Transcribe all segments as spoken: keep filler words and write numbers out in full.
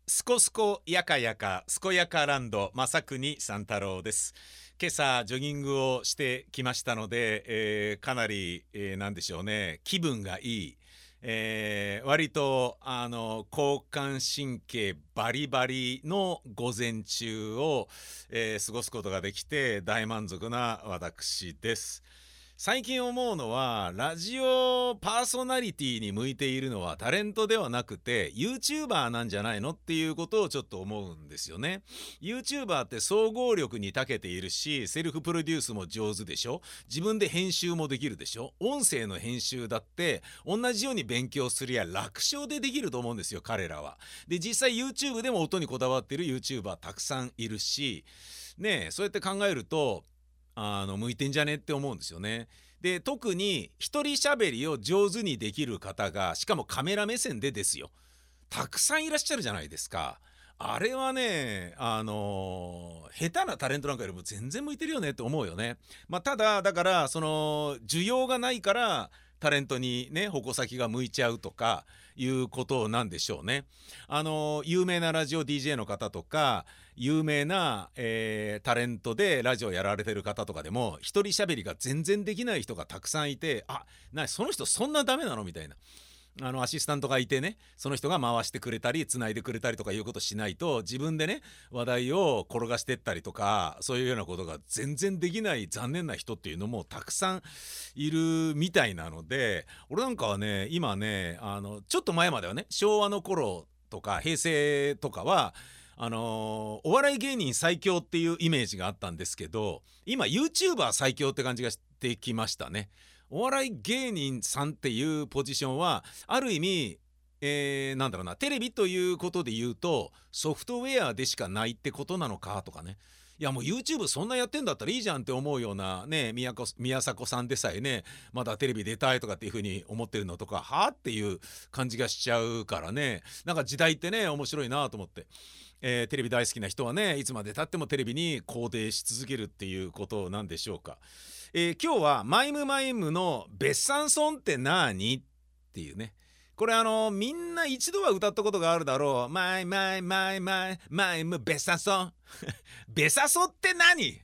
すこすこやかやかすこやかランド正国三太郎です。今朝ジョギングをしてきましたので、えーかなり、えー、なんでしょうね、気分がいい、えー割とあの交感神経バリバリの午前中を、えー過ごすことができて大満足な私です。最近思うのは、ラジオパーソナリティに向いているのはタレントではなくて YouTuber なんじゃないのっていうことをちょっと思うんですよね。 YouTuber って総合力に長けているし、セルフプロデュースも上手でしょ。自分で編集もできるでしょ。音声の編集だって同じように勉強するや楽勝でできると思うんですよ、彼らは。で、実際 YouTube でも音にこだわっている YouTuber たくさんいるしね。えそうやって考えるとあの向いてんじゃねって思うんですよね。で、特に一人喋りを上手にできる方が、しかもカメラ目線でですよ、たくさんいらっしゃるじゃないですか。あれはね、あのー下手なタレントなんかよりも全然向いてるよねって思うよね。まあ、ただだからその需要がないからタレントにね矛先が向いちゃうとかいうことなんでしょうね。あのー有名なラジオ ディージェー の方とか有名な、えータレントでラジオやられてる方とかでも一人喋りが全然できない人がたくさんいて、あ、なその人そんなダメなのみたいな、あのアシスタントがいてね、その人が回してくれたり繋いでくれたりとかいうことしないと、自分でね話題を転がしてったりとか、そういうようなことが全然できない残念な人っていうのもたくさんいるみたいなので、俺なんかはね今ね、あのちょっと前まではね、昭和の頃とか平成とかはあのーお笑い芸人最強っていうイメージがあったんですけど、今 YouTuber 最強って感じがしてきましたね。お笑い芸人さんっていうポジションはある意味、えーなんだろうな、テレビということで言うとソフトウェアでしかないってことなのかとかね。いやもう YouTube そんなやってんだったらいいじゃんって思うようなね、宮こ宮迫さんでさえね、まだテレビ出たいとかっていう風に思ってるのとか、はあっていう感じがしちゃうからね。なんか時代ってね面白いなと思って、えーテレビ大好きな人はね、いつまでたってもテレビに肯定し続けるっていうことなんでしょうか。えー今日はマイムマイムの別山村ってなーにっていうね、これあのみんな一度は歌ったことがあるだろう。マイマイマイマイマイム別山村別山村って何？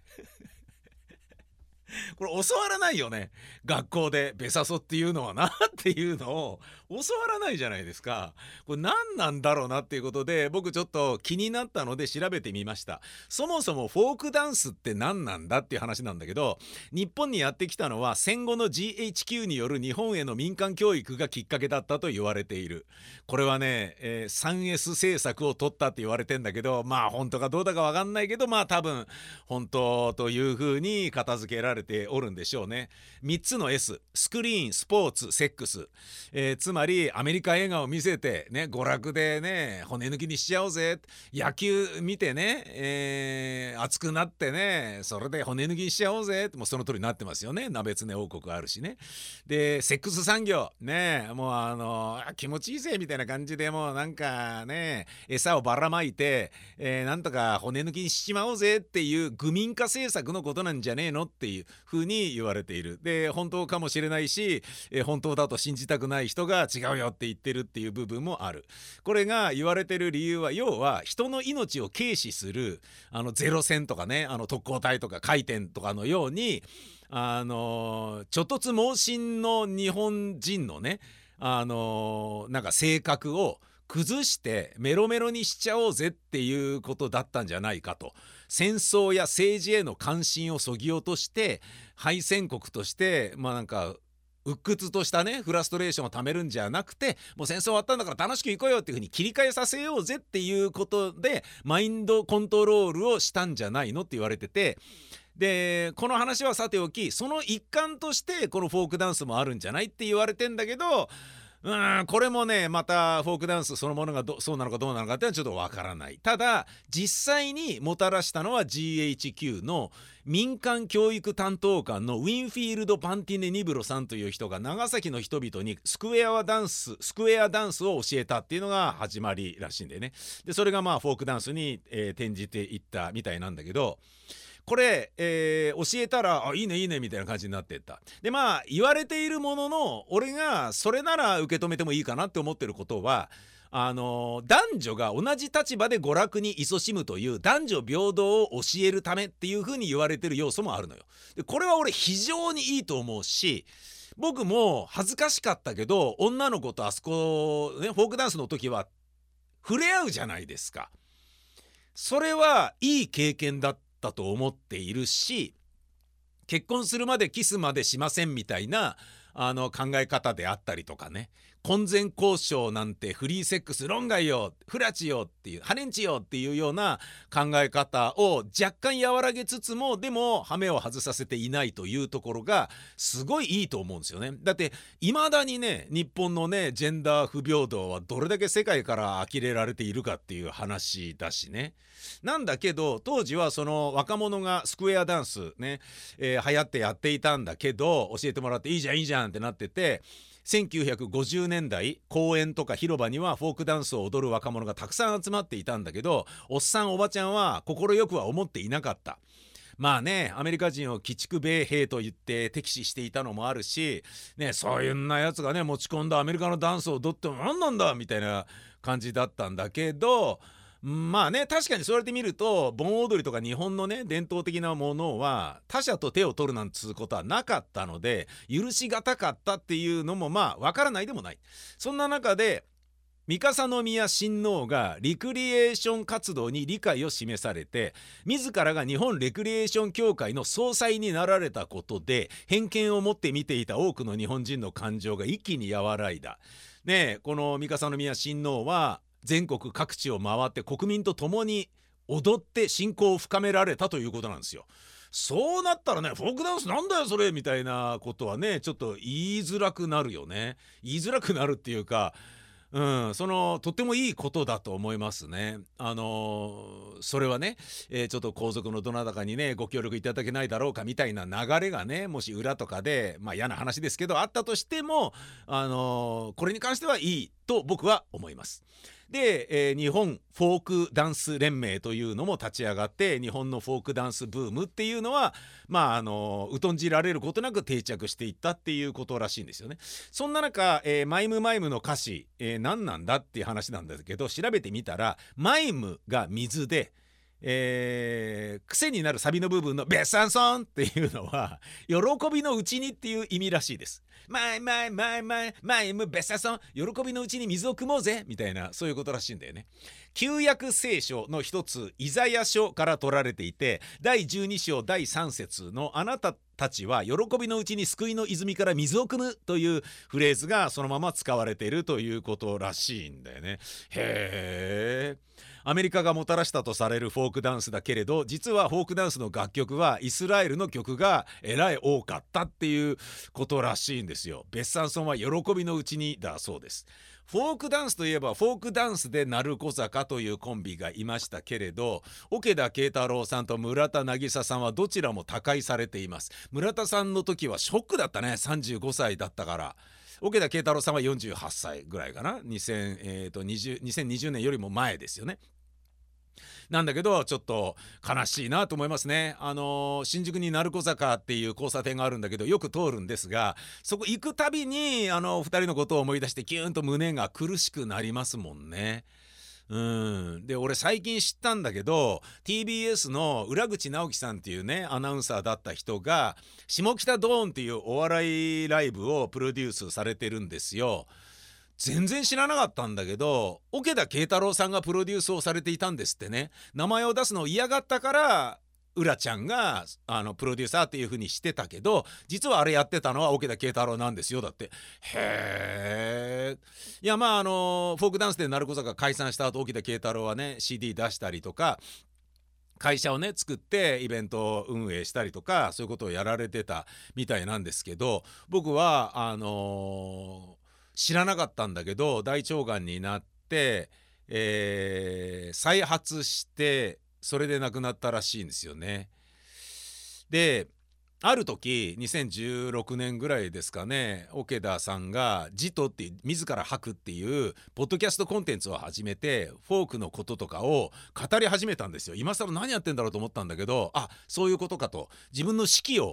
これ教わらないよね、学校で。ベサソっていうのはなっていうのを教わらないじゃないですか。これ何なんだろうなっていうことで、僕ちょっと気になったので調べてみました。そもそもフォークダンスって何なんだっていう話なんだけど、日本にやってきたのは戦後の ジーエイチキュー による日本への民間教育がきっかけだったと言われている。これはね、えー スリーエス 政策を取ったって言われてんだけど、まあ本当かどうだか分かんないけど、まあ多分本当というふうに片付けられておるんでしょうね。みっつの S、 スクリーン、スポーツ、セックス、えーつまりアメリカ映画を見せてね、娯楽でね骨抜きにしちゃおうぜ、野球見てね、えー熱くなってね、それで骨抜きにしちゃおうぜ、もうその通りになってますよね。鍋つね王国あるしね。でセックス産業ね、もうあの気持ちいいぜみたいな感じで、もうなんかね餌をばらまいて、えーなんとか骨抜きにしちまおうぜっていう愚民化政策のことなんじゃねえのっていう風に言われている。で本当かもしれないし、えー本当だと信じたくない人が違うよって言ってるっていう部分もある。これが言われてる理由は、要は人の命を軽視するあのゼロ戦とかね、あの特攻隊とか回転とかのように、あのちょ突猛進の日本人のね、あのなんか性格を崩してメロメロにしちゃおうぜっていうことだったんじゃないかと。戦争や政治への関心をそぎ落として敗戦国としてまあなんか鬱屈としたねフラストレーションをためるんじゃなくて、もう戦争終わったんだから楽しく行こうよっていう風に切り替えさせようぜっていうことでマインドコントロールをしたんじゃないのって言われてて、でこの話はさておき、その一環としてこのフォークダンスもあるんじゃないって言われてんだけど、うーんこれもねまたフォークダンスそのものがどそうなのかどうなのかっていうのはちょっとわからない。ただ実際にもたらしたのは ジーエイチキュー の民間教育担当官のウィンフィールド・パンティネ・ニブロさんという人が長崎の人々にスクエアダンススクエアダンスを教えたっていうのが始まりらしいんでね。でそれがまあフォークダンスに、えー転じていったみたいなんだけど、これ、えー教えたらあいいねいいねみたいな感じになっていった。でまあ言われているものの、俺がそれなら受け止めてもいいかなって思ってることは、 あの男女が同じ立場で娯楽に勤しむという男女平等を教えるためっていう風に言われてる要素もあるのよ。でこれは俺非常にいいと思うし、僕も恥ずかしかったけど女の子とあそこねフォークダンスの時は触れ合うじゃないですか。それはいい経験だったと思っているし、結婚するまでキスまでしませんみたいなあの考え方であったりとかね、婚前交渉なんてフリーセックス論外よ、フラチよっていうハレンチよっていうような考え方を若干和らげつつも、でも羽目を外させていないというところがすごいいいと思うんですよね。だって未だにね、日本のねジェンダー不平等はどれだけ世界から呆れられているかっていう話だしね。なんだけど当時はその若者がスクエアダンスね、えー、流行ってやっていたんだけど、教えてもらっていいじゃんいいじゃんってなってて、せんきゅうひゃくごじゅうねんだい公園とか広場にはフォークダンスを踊る若者がたくさん集まっていたんだけど、おっさんおばちゃんは快くは思っていなかった。まあね、アメリカ人を鬼畜米兵と言って敵視していたのもあるし、ね、そういうなやつがね持ち込んだアメリカのダンスを踊っても何なんだみたいな感じだったんだけど、まあね、確かにそうやって見ると盆踊りとか日本のね伝統的なものは他者と手を取るなんつうことはなかったので許しがたかったっていうのもまあわからないでもない。そんな中で三笠宮親王がリクリエーション活動に理解を示されて、自らが日本レクリエーション協会の総裁になられたことで、偏見を持って見ていた多くの日本人の感情が一気に和らいだ。ねえ、この三笠宮親王は全国各地を回って国民と共に踊って親交を深められたということなんですよ。そうなったらね、フォークダンスなんだよそれみたいなことはねちょっと言いづらくなるよね。言いづらくなるっていうか、うん、そのとってもいいことだと思いますね。あのー、それはね、えー、ちょっと皇族のどなたかにねご協力いただけないだろうかみたいな流れがね、もし裏とかでまあ嫌な話ですけどあったとしても、あのー、これに関してはいいと僕は思います。で、えー、日本フォークダンス連盟というのも立ち上がって、日本のフォークダンスブームっていうのはまああの疎んじられることなく定着していったっていうことらしいんですよね。そんな中、えー、マイムマイムの歌詞、えー、何なんだっていう話なんだけど、調べてみたらマイムが水で、えー、癖になるサビの部分のベッサンソンっていうのは喜びのうちにっていう意味らしいです。マイマイマイマイマイムベッサンソン、喜びのうちに水を汲もうぜみたいな、そういうことらしいんだよね。旧約聖書の一つイザヤ書から取られていて、だいじゅうに章だいさん節のあなたたちは喜びのうちに救いの泉から水を汲むというフレーズがそのまま使われているということらしいんだよね。へー、アメリカがもたらしたとされるフォークダンスだけれど、実はフォークダンスの楽曲はイスラエルの曲がえらい多かったっていうことらしいんですよ。ベッサンソンは喜びのうちにだそうです。フォークダンスといえばフォークダンスで鳴子坂というコンビがいましたけれど、桶田慶太郎さんと村田渚さんはどちらも他界されています。村田さんの時はショックだったね、さんじゅうごさいだったから。桶田慶太郎さんはよんじゅうはっさいぐらいかな、にせんにじゅう、にせんにじゅうねんよりも前ですよね。なんだけどちょっと悲しいなと思いますね。あのー、新宿に鳴子坂っていう交差点があるんだけどよく通るんですが、そこ行くたびにあのふたりのことを思い出してキューンと胸が苦しくなりますもんね。うんで俺最近知ったんだけど ティービーエス の浦口直樹さんっていうねアナウンサーだった人が下北ドーンっていうお笑いライブをプロデュースされてるんですよ。全然知らなかったんだけど桶田慶太郎さんがプロデュースをされていたんですってね。名前を出すのを嫌がったから浦ちゃんがあのプロデューサーっていう風にしてたけど、実はあれやってたのは桶田慶太郎なんですよ。だってへえ。いやまああのフォークダンスで鳴子坂解散した後桶田慶太郎はね シーディー 出したりとか会社をね作ってイベント運営したりとかそういうことをやられてたみたいなんですけど、僕はあのー知らなかったんだけど大腸がんになって、えー、再発してそれで亡くなったらしいんですよね。である時にせんじゅうろくねんぐらいですかね、桶田さんがジトって自ら吐くっていうポッドキャストコンテンツを始めてフォークのこととかを語り始めたんですよ。今更何やってんだろうと思ったんだけど、あそういうことかと、自分の死期を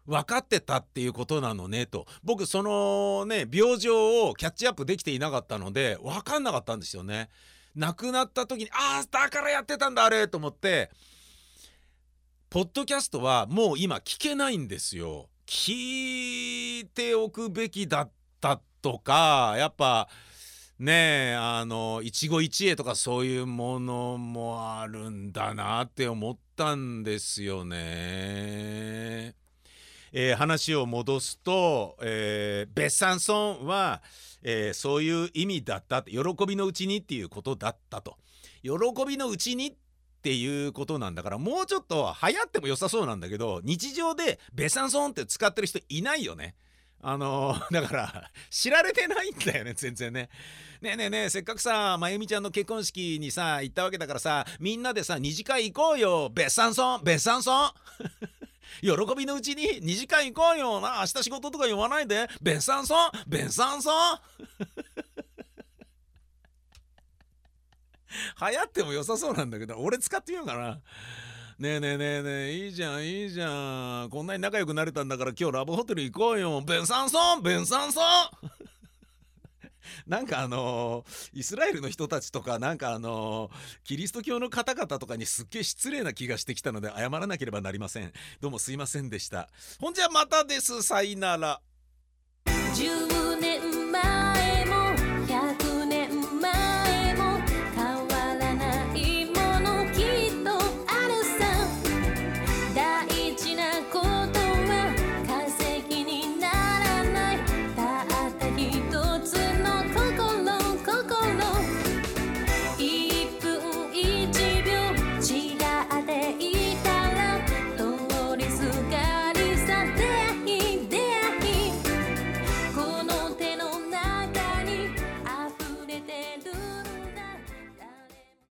分かってたっていうことなのねと。僕そのね病状をキャッチアップできていなかったので分かんなかったんですよね。亡くなった時にああだからやってたんだあれと思って、ポッドキャストはもう今聞けないんですよ。聞いておくべきだったとか、やっぱねえあの一期一会とかそういうものもあるんだなって思ったんですよね。えー話を戻すと、えー、ベッサンソンは、えーそういう意味だったって、喜びのうちにっていうことだったと。喜びのうちにっていうことなんだから、もうちょっと流行っても良さそうなんだけど、日常でベッサンソンって使ってる人いないよね。あのーだから知られてないんだよね全然ね。ねえねえねえ、せっかくさまゆみちゃんの結婚式にさ行ったわけだからさ、みんなでさ二次会行こうよ。ベッサンソンベッサンソン喜びのうちに二次会行こうよな。明日仕事とか言わないで。ベッサンソンベッサンソン流行っても良さそうなんだけど、俺使ってみようかな。ねえねえねえねえ、いいじゃんいいじゃん、こんなに仲良くなれたんだから今日ラブホテル行こうよ。ベンサンソンベンサンソンなんかあのーイスラエルの人たちとかなんかあのーキリスト教の方々とかにすっげえ失礼な気がしてきたので謝らなければなりません。どうもすいませんでした。ほんじゃまたです。さいなら。 じゅうねんまえ